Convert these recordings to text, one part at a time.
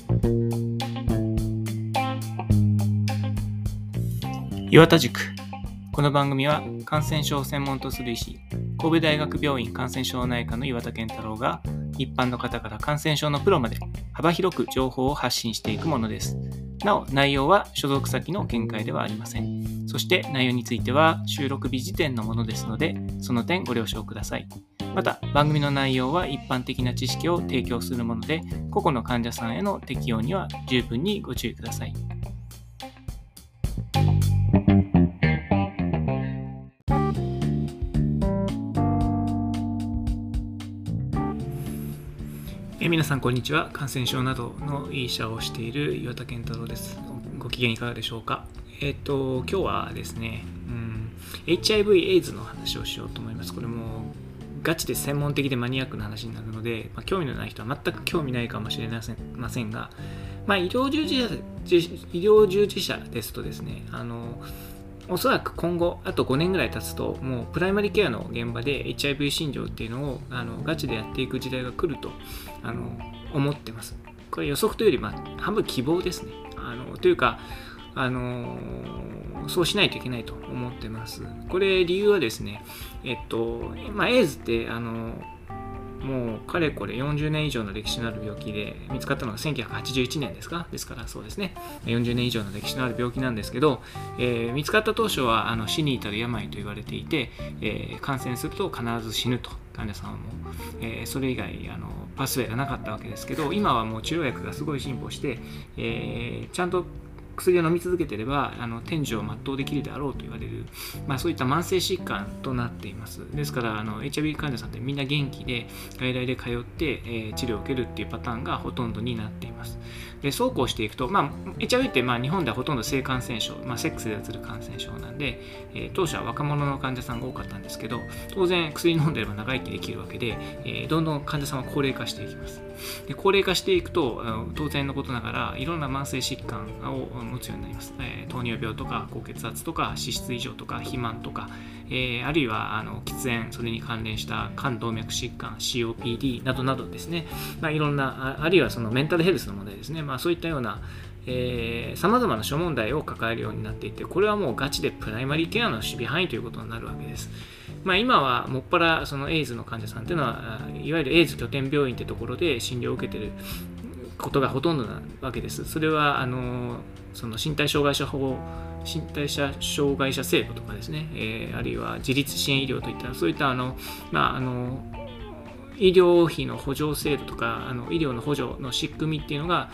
岩田塾。この番組は感染症を専門とする医師、神戸大学病院感染症内科の岩田健太郎が一般の方から感染症のプロまで幅広く情報を発信していくものです。なお、内容は所属先の見解ではありません。そして内容については収録日時点のものですので、その点ご了承ください。また、番組の内容は一般的な知識を提供するもので、個々の患者さんへの適用には十分にご注意ください。皆さんこんにちは。感染症などの医者をしている岩田健太郎です。ご機嫌いかがでしょうか。今日はですね、HIV/AIDS の話をしようと思います。これもガチで専門的でマニアックな話になるので、興味のない人は全く興味ないかもしれませんが、医療従事者ですとですね、おそらく今後あと5年ぐらい経つともうプライマリーケアの現場で HIV 診療っていうのをガチでやっていく時代が来ると思ってます。これ予測というより半分希望ですね。というかそうしないといけないと思ってます。これ理由はですね、エイズってもうかれこれ40年以上の歴史のある病気で、見つかったのが1981年ですか。ですからそうですね、40年以上の歴史のある病気なんですけど、見つかった当初は死に至る病と言われていて、感染すると必ず死ぬと、患者さんも、それ以外パスウェイがなかったわけですけど、今はもう治療薬がすごい進歩して、ちゃんと薬を飲み続けていれば天寿を全うできるであろうと言われる、そういった慢性疾患となっています。ですからHIV 患者さんってみんな元気で外来で通って、治療を受けるっていうパターンがほとんどになっています。でそうこうしていくと、HIV って日本ではほとんど性感染症、セックスでうつる感染症なんで、当初は若者の患者さんが多かったんですけど、当然薬飲んでれば長生きできるわけで、どんどん患者さんは高齢化していきます。で高齢化していくと当然のことながらいろんな慢性疾患を持つようになります。糖尿病とか高血圧とか脂質異常とか肥満とか、あるいは喫煙、それに関連した肝動脈疾患 COPD などなどですね、いろんな あるいはそのメンタルヘルスの問題ですね、そういったようなさまざまな諸問題を抱えるようになっていて、これはもうガチでプライマリーケアの守備範囲ということになるわけです。今はもっぱらそのエイズの患者さんというのはいわゆるエイズ拠点病院というところで診療を受けていることがほとんどなわけです。それはその身体障害者制度とかですね、あるいは自立支援医療といったそういった医療費の補助制度とか医療の補助の仕組みっていうのが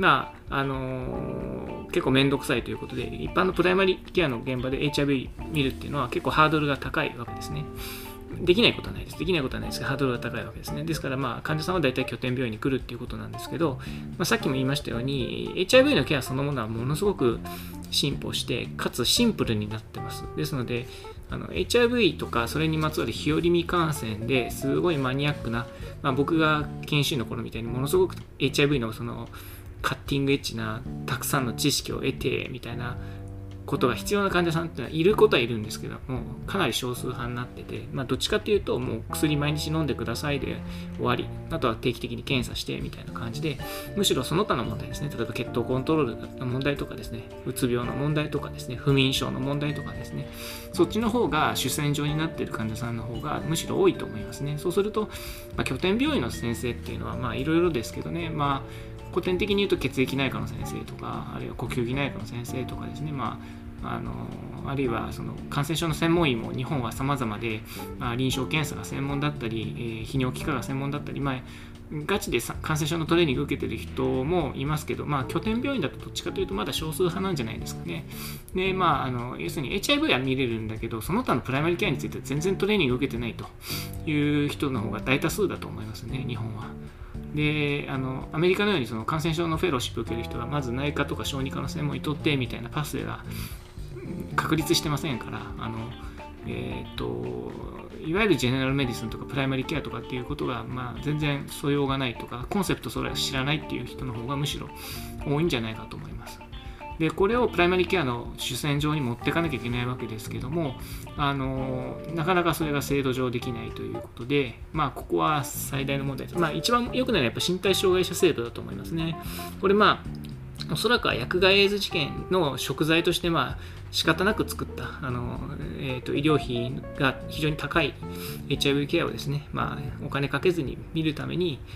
結構めんどくさいということで、一般のプライマリーケアの現場で HIV 見るっていうのは結構ハードルが高いわけですね。できないことはないですけどハードルが高いわけですね。ですから患者さんは大体拠点病院に来るっていうことなんですけど、さっきも言いましたように HIV のケアそのものはものすごく進歩してかつシンプルになってます。ですのでHIV とかそれにまつわる日和見感染ですごいマニアックな、僕が研修医の頃みたいにものすごく HIV のそのカッティングエッジなたくさんの知識を得てみたいなことが必要な患者さんってのはいることはいるんですけども、かなり少数派になってて、どっちかっていうともう薬毎日飲んでくださいで終わり、あとは定期的に検査してみたいな感じで、むしろその他の問題ですね、例えば血糖コントロールの問題とかですね、うつ病の問題とかですね、不眠症の問題とかですね、そっちの方が主戦場になっている患者さんの方がむしろ多いと思いますね。そうすると、拠点病院の先生っていうのはいろいろですけどね、古典的に言うと血液内科の先生とか、あるいは呼吸器内科の先生とかですね、あるいはその感染症の専門医も日本は様々で、臨床検査が専門だったり、泌尿器科が専門だったり、ガチで感染症のトレーニングを受けている人もいますけど、拠点病院だとどっちかというとまだ少数派なんじゃないですかね。で、要するに HIV は見れるんだけど、その他のプライマリーケアについては全然トレーニングを受けてないという人の方が大多数だと思いますね、日本は。でアメリカのようにその感染症のフェローシップを受ける人はまず内科とか小児科の専門医取ってみたいなパスウェイが確立してませんから、いわゆるジェネラルメディスンとかプライマリーケアとかっていうことが、全然素養がないとかコンセプトそれは知らないっていう人の方がむしろ多いんじゃないかと思います。 でこれをプライマリーケアの主戦場に持っていかなきゃいけないわけですけども、なかなかそれが制度上できないということで、ここは最大の問題です。一番良くないのはやっぱ身体障害者制度だと思いますね。これおそらくは薬害エイズ事件の贖罪として仕方なく作った医療費が非常に高い HIV ケアをですね、お金かけずに見るために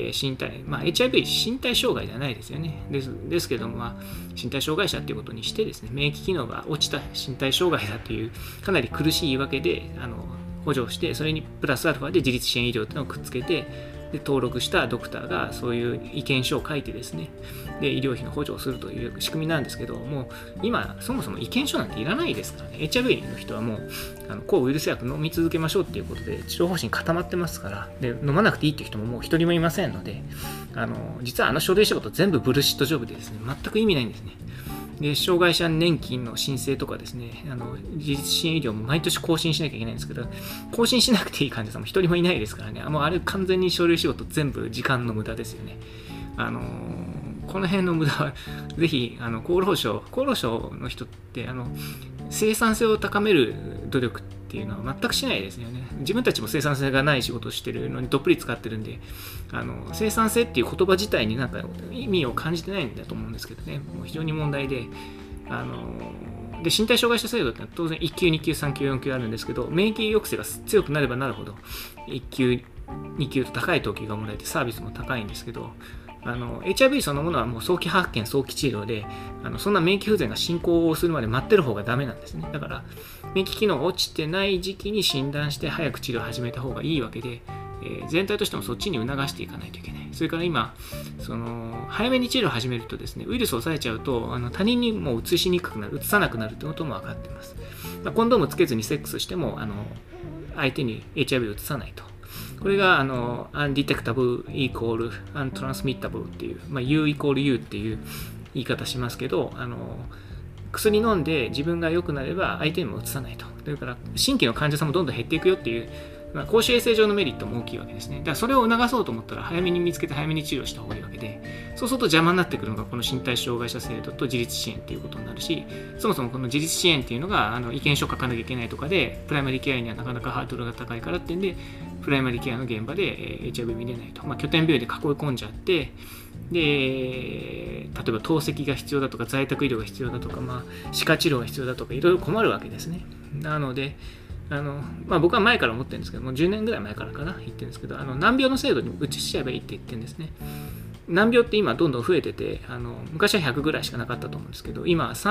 HIV 身体障害ではないですよね。ですけども、身体障害者ということにしてですね、免疫機能が落ちた身体障害だというかなり苦しい言い訳で補助して、それにプラスアルファで自立支援医療というのをくっつけて、で登録したドクターがそういう意見書を書いてですね、で医療費の補助をするという仕組みなんですけども、今そもそも意見書なんていらないですからね。 HIV の人はもう抗ウイルス薬飲み続けましょうっていうことで治療方針固まってますから、で飲まなくていいっていう人ももう一人もいませんので、実は書類仕事全部ブルシットジョブでですね、全く意味ないんですね。で障害者年金の申請とかですね、自立支援医療も毎年更新しなきゃいけないんですけど、更新しなくていい患者さんも一人もいないですからね、もうあれ完全に書類仕事全部時間の無駄ですよね。この辺の無駄はぜひ厚労省の人って生産性を高める努力っていうのは全くしないですよね。自分たちも生産性がない仕事をしてるのにどっぷり使ってるんで、生産性っていう言葉自体になんか意味を感じてないんだと思うんですけどね、もう非常に問題で、で身体障害者制度ってのは当然1級2級3級4級あるんですけど、免疫抑制が強くなればなるほど1級2級と高い等級がもらえてサービスも高いんですけど、HIV そのものはもう早期発見早期治療で、そんな免疫不全が進行するまで待ってる方がダメなんですね。だから免疫機能が落ちてない時期に診断して早く治療を始めた方がいいわけで、全体としてもそっちに促していかないといけない。それから今早めに治療を始めるとですね、ウイルスを抑えちゃうと他人にもう移しにくくなる、移さなくなるということも分かっています。コンドームつけずにセックスしても相手に HIV を移さないと。これがundetectable equal untransmittable っていう、U イコール U っていう言い方しますけど、薬飲んで自分が良くなれば相手にも移さないと。だから新規の患者さんもどんどん減っていくよっていう、公衆衛生上のメリットも大きいわけですね。だからそれを促そうと思ったら早めに見つけて早めに治療した方がいいわけで、そうすると邪魔になってくるのがこの身体障害者制度と自立支援っていうことになるし、そもそもこの自立支援っていうのが意見書書かなきゃいけないとかで、プライマリーケアにはなかなかハードルが高いからっていうんで、プライマリーケアの現場で HIV 見れないと、拠点病院で囲い込んじゃって、で例えば透析が必要だとか在宅医療が必要だとか、歯科治療が必要だとかいろいろ困るわけですね。なので僕は前から思ってるんですけども、10年ぐらい前からかな言ってるんですけど、難病の制度に移しちゃえばいいって言ってるんですね。難病って今どんどん増えてて、昔は100ぐらいしかなかったと思うんですけど、今は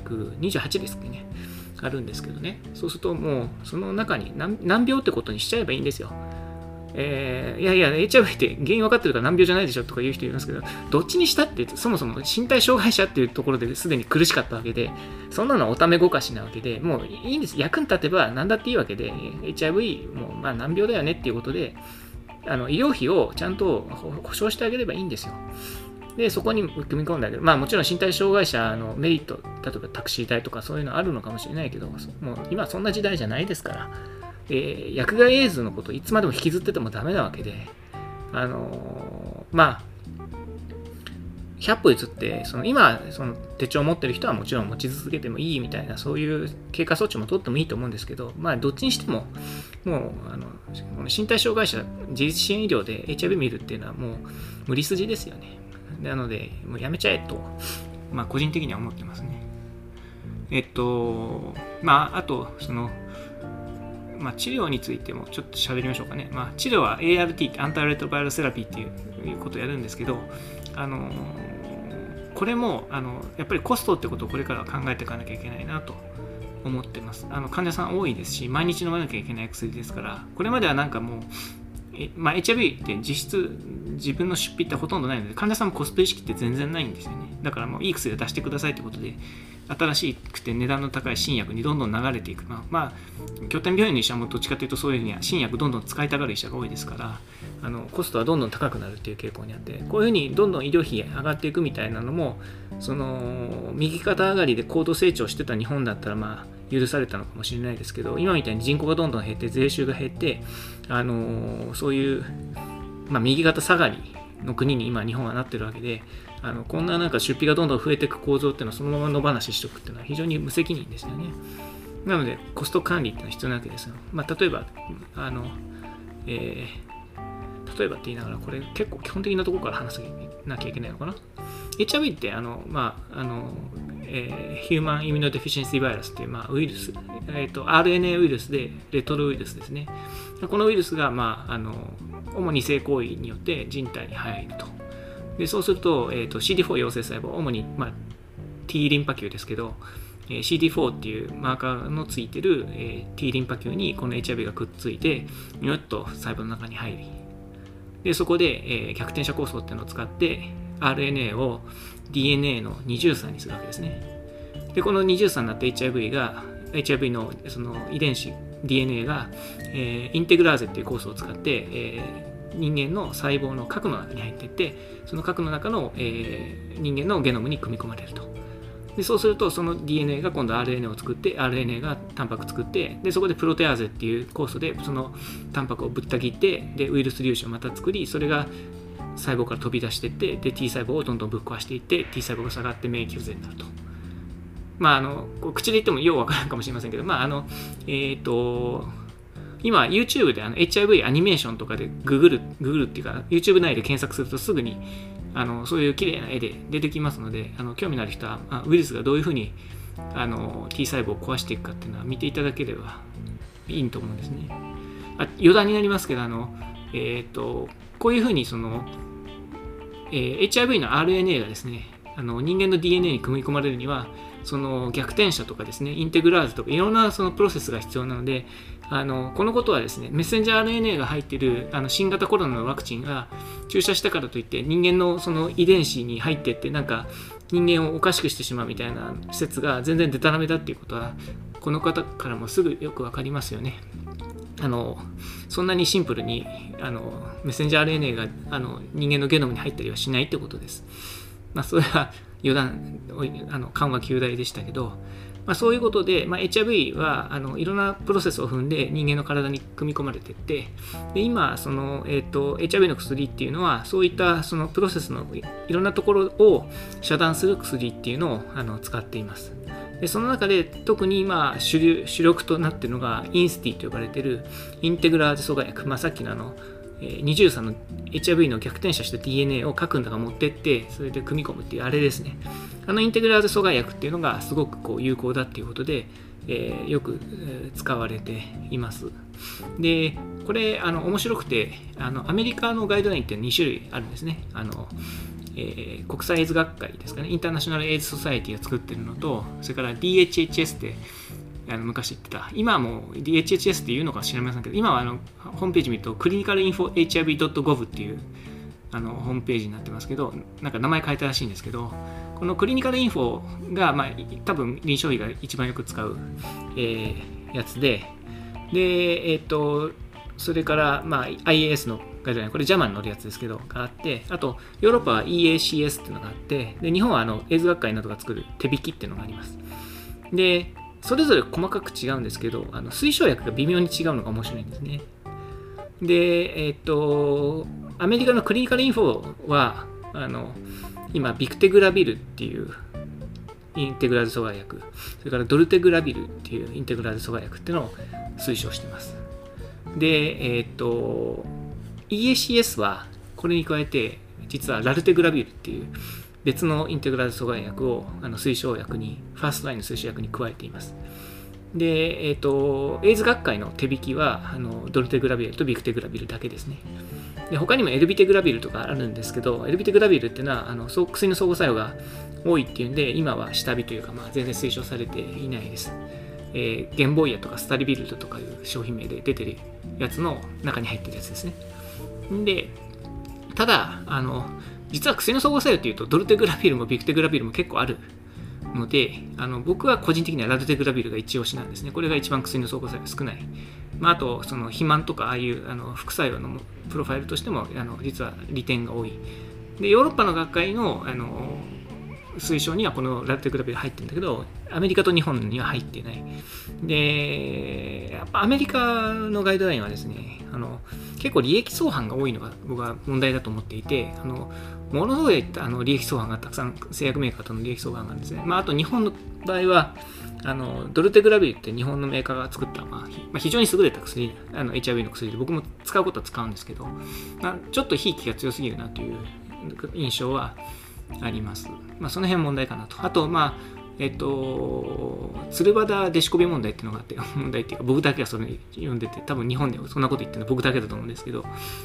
328ですねあるんですけどね。そうするともうその中に難病ってことにしちゃえばいいんですよ。いや HIV って原因分かってるから難病じゃないでしょとか言う人いますけど、どっちにしたってそもそも身体障害者っていうところですでに苦しかったわけで、そんなのはおためごかしなわけで、もういいんです。役に立てば何だっていいわけで、 HIV も難病だよねっていうことで医療費をちゃんと保証してあげればいいんですよ。でそこに組み込んであげる。もちろん身体障害者のメリット、例えばタクシー代とかそういうのあるのかもしれないけど、もう今そんな時代じゃないですから、薬害エイズのことをいつまでも引きずっててもダメなわけで、100歩譲って今手帳を持ってる人はもちろん持ち続けてもいいみたいな、そういう経過措置も取ってもいいと思うんですけど、どっちにしてももうこの身体障害者自立支援医療で HIV 見るっていうのはもう無理筋ですよね。なのでもうやめちゃえと、個人的には思ってますね。あと治療についてもちょっと喋りましょうかね。治療は ART アンターレトロバイルセラピーっていうことをやるんですけど、これもやっぱりコストってことをこれからは考えていかなきゃいけないなと思ってます。患者さん多いですし、毎日飲まなきゃいけない薬ですから、これまではなんかもうHIV って実質自分の出費ってほとんどないので、患者さんもコスト意識って全然ないんですよね。だからもういい薬を出してくださいということで、新しくて値段の高い新薬にどんどん流れていく。拠点病院の医者もどっちかというとそういうふうに新薬どんどん使いたがる医者が多いですから、コストはどんどん高くなるっていう傾向にあって、こういうふうにどんどん医療費上がっていくみたいなのも、右肩上がりで高度成長してた日本だったら許されたのかもしれないですけど、今みたいに人口がどんどん減って税収が減って、そういう、右肩下がりの国に今日本はなってるわけで、こんななんか出費がどんどん増えていく構造っていうのはそのまま野放ししておくっていうのは非常に無責任ですよね。なのでコスト管理っていうのは必要なわけですよ。例えば例えばって言いながら、これ結構基本的なところから話さなきゃいけないのかな。HIV ってヒューマンイミュノデフィシェンシーバイラスっていうウイルス、RNA ウイルスでレトロウイルスですね。このウイルスが、主に性行為によって人体に入ると。でそうすると、CD4 陽性細胞、主に、T リンパ球ですけど、CD4 っていうマーカーのついてる、T リンパ球にこの HIV がくっついて、ニュッと細胞の中に入り、でそこで、逆転写酵素っていうのを使って RNA を DNA の二重酸にするわけですね。でこの二重酸になった HIV のその遺伝子 DNA が、インテグラーゼっていう酵素を使って、人間の細胞の核の中に入っていって、その核の中の、人間のゲノムに組み込まれると。でそうするとその DNA が今度 RNA を作って、 RNA がタンパク作って、でそこでプロテアーゼっていう酵素でそのタンパクをぶった切って、でウイルス粒子をまた作り、それが細胞から飛び出していって、で T 細胞をどんどんぶっ壊していって、 T 細胞が下がって免疫不全になると。口で言ってもようわからんかもしれませんけど、今 YouTube でHIV アニメーションとかでググるっていうか YouTube 内で検索するとすぐにそういう綺麗な絵で出てきますので、興味のある人はウイルスがどういうふうにT 細胞を壊していくかっていうのは見ていただければいいと思うんですね。余談になりますけどこういうふうにHIV の RNA がですね人間の DNA に組み込まれるにはその逆転写とかですね、インテグラーズとかいろんなそのプロセスが必要なので、このことはですね、メッセンジャー RNA が入っている新型コロナのワクチンが注射したからといって人間のその遺伝子に入っていってなんか人間をおかしくしてしまうみたいな説が全然デタラメだっていうことはこの方からもすぐよくわかりますよね。そんなにシンプルにメッセンジャー RNA が人間のゲノムに入ったりはしないってことです。それは余談緩和9大でしたけど、そういうことで、HIV はいろんなプロセスを踏んで人間の体に組み込まれていって、で今HIV の薬っていうのはそういったそのプロセスのいろんなところを遮断する薬っていうのを使っています。でその中で特に今主力となっているのがインスティと呼ばれているインテグラーゼ阻害薬、さっきの23の HIV の逆転写した DNA を核の中に持ってってそれで組み込むっていうあれですね。インテグラーゼ阻害薬っていうのがすごく有効だっていうことで、よく使われています。でこれ面白くてアメリカのガイドラインって2種類あるんですね。国際エイズ学会ですかね、インターナショナルエイズソサエティが作ってるのと、それから DHHS って昔言ってた、今はもう DHHS っていうのか知りませんけど、今はホームページ見るとクリニカルインフォ HIV.gov っていうホームページになってますけど、なんか名前変えたらしいんですけど、このクリニカルインフォが、多分臨床医が一番よく使う、やつで、それから、IAS のガイドライン、これジャマに載るやつですけど、があって、あとヨーロッパは EACS っていうのがあって、で日本はエイズ学会などが作る手引きっていうのがあります。でそれぞれ細かく違うんですけど、推奨薬が微妙に違うのが面白いんですね。で、アメリカのクリニカルインフォは、今、ビクテグラビルっていうインテグラーゼ阻害薬、それからドルテグラビルっていうインテグラーゼ阻害薬っていうのを推奨しています。で、EACS はこれに加えて、実はラルテグラビルっていう別のインテグラーゼ阻害薬を推奨薬に、ファーストラインの推奨薬に加えています。で、エイズ学会の手引きはドルテグラビルとビクテグラビルだけですね。で他にもエルビテグラビルとかあるんですけど、エルビテグラビルっていうのは薬の相互作用が多いっていうんで、今は下火というか、全然推奨されていないです。ゲンボイアとかスタリビルドとかいう商品名で出てるやつの中に入ってるやつですね。でただ実は薬の相互作用っていうとドルテグラビルもビクテグラビルも結構あるので、僕は個人的にはラルテグラビルが一押しなんですね。これが一番薬の相互作用少ない。あとその肥満とかああいう副作用のプロファイルとしても実は利点が多い。でヨーロッパの学会の推奨にはこのラルテグラビル入ってるんだけど、アメリカと日本には入っていない。でやっぱアメリカのガイドラインはですね、 結構利益相反が多いのが僕は問題だと思っていて、ものすごい利益相反がたくさん製薬メーカーとの利益相反があるんですね。あと日本の場合はドルテグラビルって日本のメーカーが作った、非常に優れた薬、HIV の薬で僕も使うことは使うんですけど、ちょっとひいきが強すぎるなという印象はあります。その辺問題かなと。あと鶴肌デシコビ問題っていうのがあって、問題っていうか僕だけがそれ読んでて、多分日本でそんなこと言ってるのは僕だけだと思うんですけど、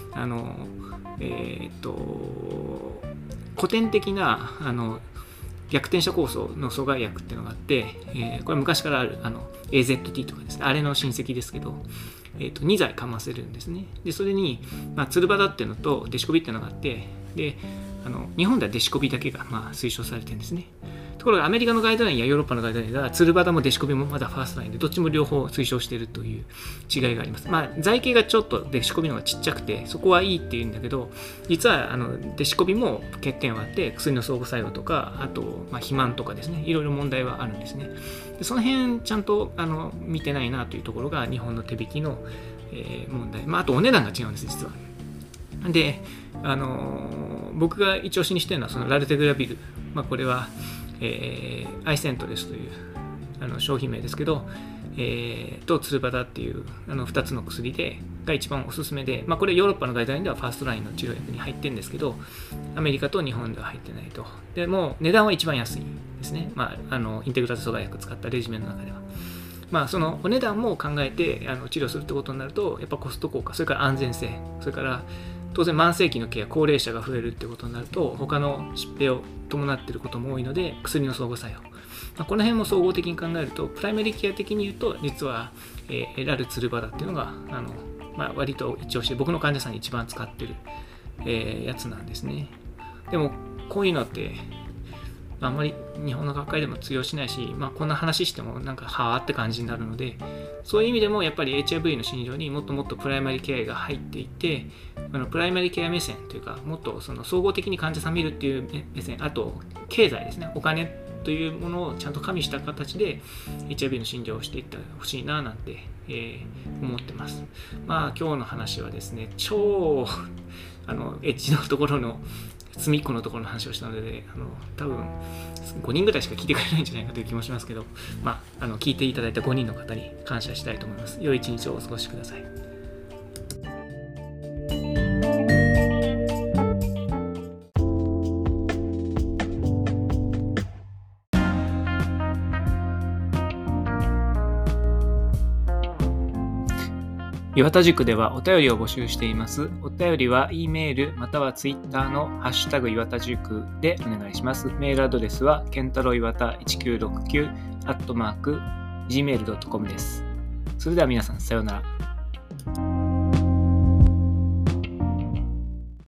古典的な逆転射酵素の阻害薬っていうのがあって、これ昔からあるAZT とかですね、あれの親戚ですけど、2剤かませるんですね。でそれに、鶴肌っていうのとデシコビっていうのがあって、で日本ではデシコビだけが推奨されてるんですね。ところがアメリカのガイドラインやヨーロッパのガイドラインでは鶴肌もデシコビもまだファーストラインでどっちも両方推奨しているという違いがあります。剤形がちょっとデシコビの方がちっちゃくてそこはいいっていうんだけど、実はデシコビも欠点はあって薬の相互作用とか、あと肥満とかですね、いろいろ問題はあるんですね。でその辺ちゃんと見てないなというところが日本の手引きの、問題。あとお値段が違うんです実は。で僕が一押しにしてるのはそのラルテグラビル、これはアイセントレスという商品名ですけど、とツルバダっていう2つの薬が一番おすすめで、これヨーロッパのガイドラインではファーストラインの治療薬に入ってるんですけど、アメリカと日本では入ってないと。でも値段は一番安いですね。インテグラル阻害薬使ったレジメンの中では。そのお値段も考えて治療するってことになると、やっぱコスト効果、それから安全性、それから当然慢性期のケア、高齢者が増えるってことになると他の疾病を伴っていることも多いので、薬の相互作用、この辺も総合的に考えるとプライマリーケア的に言うと実は、ラルツルバダっていうのが割と一押しで僕の患者さんに一番使ってる、やつなんですね。でもこういうのってあんまり日本の学会でも通用しないし、こんな話してもなんかはぁって感じになるので、そういう意味でもやっぱり HIV の診療にもっともっとプライマリケアが入っていて、プライマリケア目線というか、もっとその総合的に患者さん見るっていう目線、あと経済ですね、お金というものをちゃんと加味した形で HIV の診療をしていってほしいななんて、思ってます。今日の話はですね、超エッジのところの隅っこのところの話をしたので、多分5人ぐらいしか聞いてくれないんじゃないかという気もしますけど、聞いていただいた5人の方に感謝したいと思います。良い一日をお過ごしください。岩田塾ではお便りを募集しています。お便りは E メールまたは Twitter のハッシュタグ岩田塾でお願いします。メールアドレスはケンタロウ岩田1969@gmail.com です。それでは皆さんさようなら。